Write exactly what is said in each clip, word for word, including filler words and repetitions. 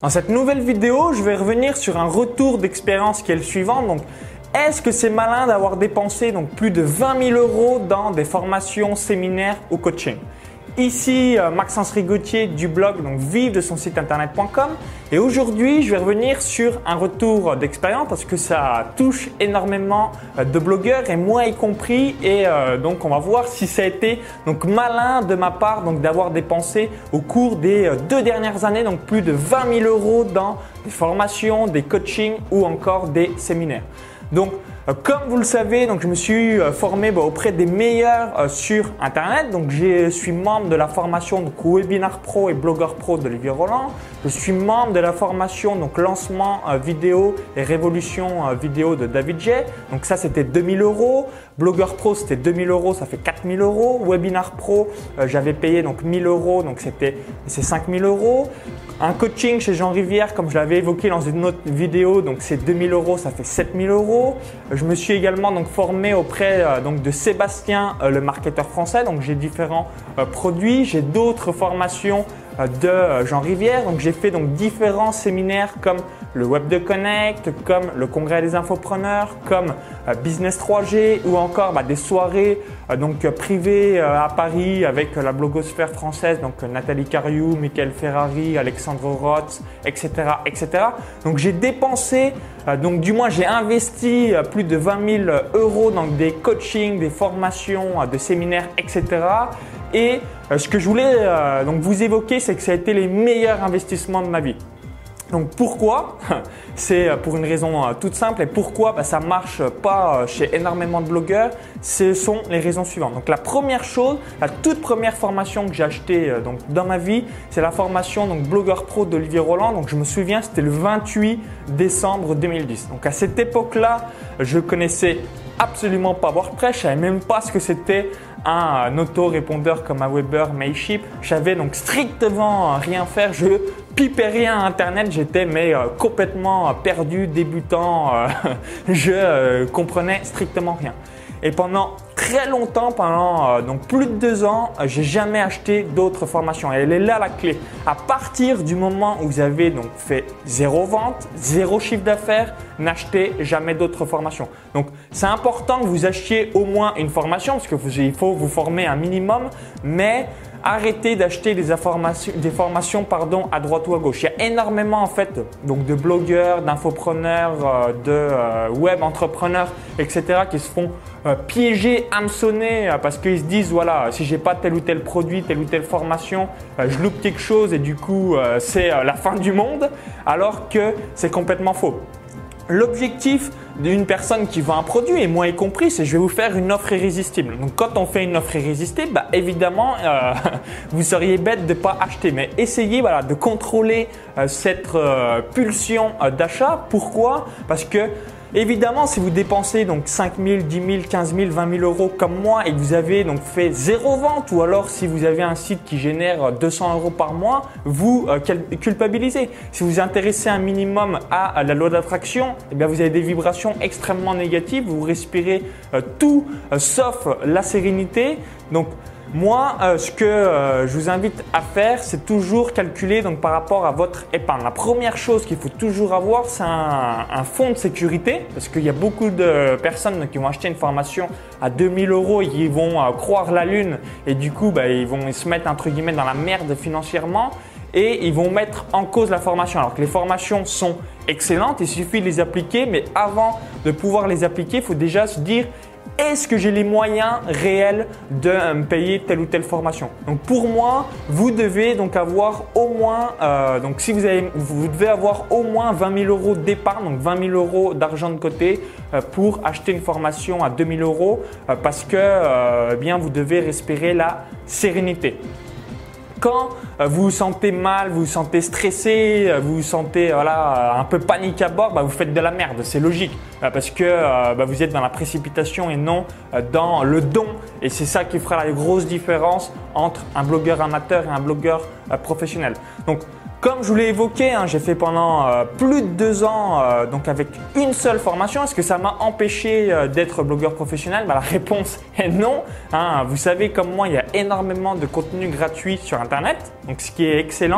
Dans cette nouvelle vidéo, je vais revenir sur un retour d'expérience qui est le suivant. Donc, est-ce que c'est malin d'avoir dépensé donc plus de vingt mille euros dans des formations, séminaires ou coaching? Ici, Maxence Rigotier du blog donc vive de son site internet point com et aujourd'hui, je vais revenir sur un retour d'expérience parce que ça touche énormément de blogueurs et moi y compris et euh, donc on va voir si ça a été donc malin de ma part donc d'avoir dépensé au cours des deux dernières années donc plus de vingt mille euros dans des formations, des coachings ou encore des séminaires. Donc, euh, comme vous le savez, donc je me suis euh, formé bah, auprès des meilleurs euh, sur Internet. Donc, je suis membre de la formation donc, Webinar Pro et Blogueur Pro d'Olivier Roland. Je suis membre de la formation donc lancement euh, vidéo et révolution euh, vidéo de David Jay. Donc ça, c'était deux mille euros. Blogueur Pro, c'était deux mille euros, ça fait quatre mille euros. Webinar Pro, euh, j'avais payé donc mille euros, donc c'était c'est cinq mille euros. Un coaching chez Jean Rivière, comme je l'avais évoqué dans une autre vidéo, donc c'est deux mille euros, ça fait sept mille euros. Je me suis également donc formé auprès euh, donc de Sébastien, euh, le marketeur français. Donc j'ai différents euh, produits, j'ai d'autres formations euh, de euh, Jean Rivière. Donc j'ai fait donc différents séminaires comme le Web de Connect, comme le Congrès des infopreneurs, comme euh, Business trois G ou encore bah, des soirées euh, donc euh, privées euh, à Paris avec euh, la blogosphère française, donc euh, Nathalie Cariou, Michael Ferrari, Alexandre Roth, et cetera, et cetera. Donc j'ai dépensé, euh, donc du moins j'ai investi euh, plus de vingt mille euros dans des coachings, des formations, euh, des séminaires, et cetera. Et euh, ce que je voulais euh, donc vous évoquer, c'est que ça a été les meilleurs investissements de ma vie. Donc pourquoi? C'est pour une raison toute simple. Et pourquoi bah, ça ne marche pas chez énormément de blogueurs? Ce sont les raisons suivantes. Donc la première chose, la toute première formation que j'ai achetée donc, dans ma vie, c'est la formation donc, Blogueur Pro d'Olivier Roland. Donc je me souviens, c'était le vingt-huit décembre deux mille dix. Donc à cette époque-là, je connaissais absolument pas WordPress, je savais même pas ce que c'était un autorépondeur comme Aweber, Mailchimp. Je savais donc strictement rien faire, je pipais rien à Internet, j'étais mais euh, complètement perdu, débutant, euh, je euh, comprenais strictement rien. Et pendant très longtemps, pendant euh, donc plus de deux ans, euh, j'ai jamais acheté d'autres formations. Et elle est là la clé. À partir du moment où vous avez donc fait zéro vente, zéro chiffre d'affaires, n'achetez jamais d'autres formations. Donc c'est important que vous achetiez au moins une formation parce que vous, il faut vous former un minimum, mais arrêtez d'acheter des formations, des formations pardon, à droite ou à gauche. Il y a énormément en fait donc de blogueurs, d'infopreneurs, euh, de euh, web entrepreneurs, et cetera qui se font euh, piéger, hameçonner euh, parce qu'ils se disent voilà, si j'ai pas tel ou tel produit, telle ou telle formation, euh, je loupe quelque chose et du coup euh, c'est euh, la fin du monde, alors que c'est complètement faux. L'objectif d'une personne qui vend un produit, et moi y compris, c'est je vais vous faire une offre irrésistible. Donc quand on fait une offre irrésistible, bah, évidemment, euh, vous seriez bête de ne pas acheter. Mais essayez voilà, de contrôler euh, cette euh, pulsion euh, d'achat. Pourquoi? Parce que évidemment, si vous dépensez donc cinq mille, dix mille, quinze mille, vingt mille euros comme moi et que vous avez donc fait zéro vente ou alors si vous avez un site qui génère deux cents euros par mois, vous euh, culpabilisez. Si vous vous intéressez un minimum à, à la loi d'attraction, eh bien vous avez des vibrations extrêmement négatives, vous respirez euh, tout euh, sauf la sérénité. Donc moi, euh, ce que euh, je vous invite à faire, c'est toujours calculer donc, par rapport à votre épargne. La première chose qu'il faut toujours avoir, c'est un, un fonds de sécurité parce qu'il y a beaucoup de personnes qui vont acheter une formation à deux mille euros et qui vont euh, croire la lune et du coup, bah, ils vont se mettre entre guillemets dans la merde financièrement et ils vont mettre en cause la formation. Alors que les formations sont excellentes, il suffit de les appliquer, mais avant de pouvoir les appliquer, il faut déjà se dire est-ce que j'ai les moyens réels de me payer telle ou telle formation? Donc pour moi, vous devez donc avoir au moins, euh, donc si vous avez, vous devez avoir au moins vingt mille euros d'épargne, donc vingt mille euros d'argent de côté euh, pour acheter une formation à deux mille euros euh, parce que euh, eh bien vous devez respirer la sérénité. Quand euh, vous vous sentez mal, vous vous sentez stressé, euh, vous vous sentez voilà, un peu panique à bord, bah, vous faites de la merde, c'est logique euh, parce que euh, bah, vous êtes dans la précipitation et non euh, dans le don et c'est ça qui fera la grosse différence entre un blogueur amateur et un blogueur euh, professionnel. Donc, comme je vous l'ai évoqué, hein, j'ai fait pendant euh, plus de deux ans euh, donc avec une seule formation. Est-ce que ça m'a empêché euh, d'être blogueur professionnel? Bah, la réponse est non. Hein. Vous savez comme moi, il y a énormément de contenu gratuit sur Internet, donc ce qui est excellent.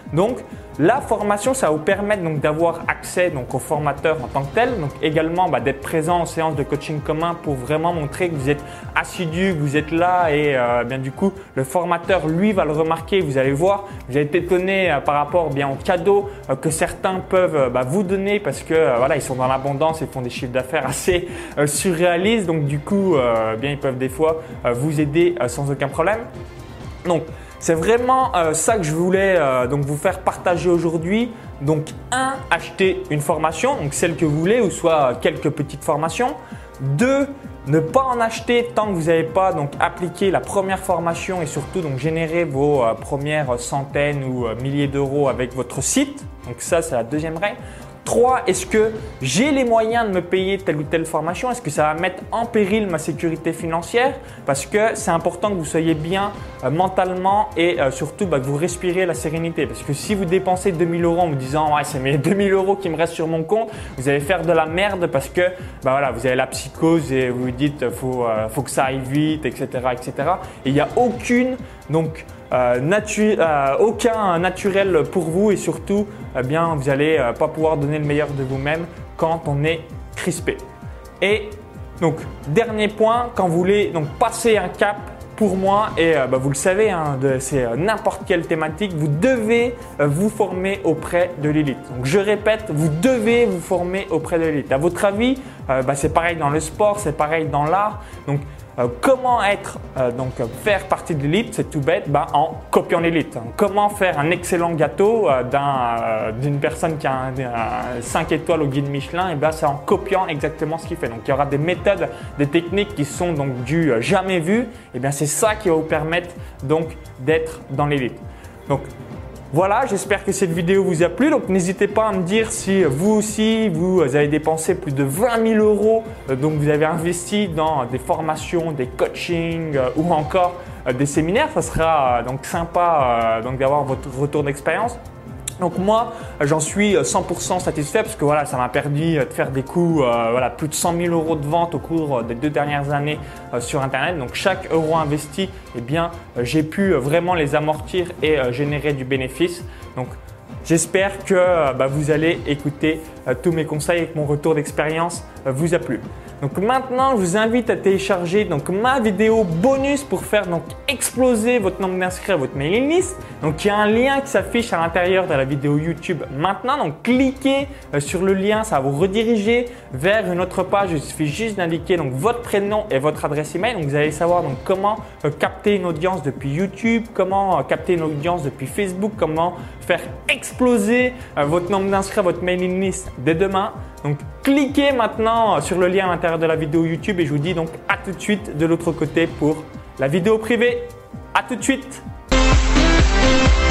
Donc, la formation, ça va vous permettre donc d'avoir accès donc au formateur en tant que tel, donc également bah, d'être présent en séance de coaching commun pour vraiment montrer que vous êtes assidu, que vous êtes là et euh, bien du coup le formateur lui va le remarquer. Vous allez voir, vous allez être étonné euh, par rapport bien aux cadeaux euh, que certains peuvent euh, bah, vous donner parce que euh, voilà ils sont dans l'abondance et font des chiffres d'affaires assez euh, surréalistes. Donc du coup, euh, bien ils peuvent des fois euh, vous aider euh, sans aucun problème. Donc c'est vraiment euh, ça que je voulais euh, donc vous faire partager aujourd'hui. Donc un, acheter une formation, donc celle que vous voulez ou soit quelques petites formations. Deux, ne pas en acheter tant que vous n'avez pas donc appliqué la première formation et surtout donc générer vos euh, premières centaines ou euh, milliers d'euros avec votre site. Donc ça c'est la deuxième règle. Trois, est-ce que j'ai les moyens de me payer telle ou telle formation? Est-ce que ça va mettre en péril ma sécurité financière? Parce que c'est important que vous soyez bien euh, mentalement et euh, surtout bah, que vous respirez la sérénité. Parce que si vous dépensez deux mille euros en vous disant ouais, c'est mes deux mille euros qui me restent sur mon compte, vous allez faire de la merde parce que bah, voilà, vous avez la psychose et vous vous dites faut, euh, faut que ça aille vite, et cetera et cetera. Et il n'y a aucune donc Euh, natu euh, aucun naturel pour vous et surtout eh bien, vous n'allez euh, pas pouvoir donner le meilleur de vous-même quand on est crispé. Et donc dernier point, quand vous voulez donc passer un cap, pour moi, et euh, bah, vous le savez, hein, c'est euh, n'importe quelle thématique, vous devez euh, vous former auprès de l'élite. Donc je répète, vous devez vous former auprès de l'élite. À votre avis, euh, bah, c'est pareil dans le sport, c'est pareil dans l'art. Donc Euh, comment être, euh, donc euh, faire partie de l'élite, c'est tout bête, bah, en copiant l'élite. Comment faire un excellent gâteau euh, d'une euh, personne qui a un, un cinq étoiles au guide Michelin, et bah, c'est en copiant exactement ce qu'il fait. Donc il y aura des méthodes, des techniques qui sont donc du euh, jamais vu, et bien c'est ça qui va vous permettre donc d'être dans l'élite. Donc voilà, j'espère que cette vidéo vous a plu. Donc n'hésitez pas à me dire si vous aussi vous avez dépensé plus de vingt mille euros, donc vous avez investi dans des formations, des coachings euh, ou encore euh, des séminaires. Ça sera euh, donc sympa euh, donc d'avoir votre retour d'expérience. Donc moi, j'en suis cent pour cent satisfait parce que voilà, ça m'a permis de faire des coûts, euh, voilà, plus de cent mille euros de vente au cours des deux dernières années euh, sur Internet. Donc chaque euro investi, eh bien, euh, j'ai pu vraiment les amortir et euh, générer du bénéfice. Donc j'espère que euh, bah, vous allez écouter euh, tous mes conseils et que mon retour d'expérience euh, vous a plu. Donc maintenant, je vous invite à télécharger donc ma vidéo bonus pour faire donc exploser votre nombre d'inscrits à votre mailing list. Donc il y a un lien qui s'affiche à l'intérieur de la vidéo YouTube maintenant. Donc cliquez euh, sur le lien, ça va vous rediriger vers une autre page. Il suffit juste d'indiquer donc votre prénom et votre adresse email. Donc vous allez savoir donc comment euh, capter une audience depuis YouTube, comment euh, capter une audience depuis Facebook, comment faire exploser euh, votre nombre d'inscrits à votre mailing list dès demain. Donc cliquez maintenant sur le lien à l'intérieur de la vidéo YouTube et je vous dis donc à tout de suite de l'autre côté pour la vidéo privée. À tout de suite.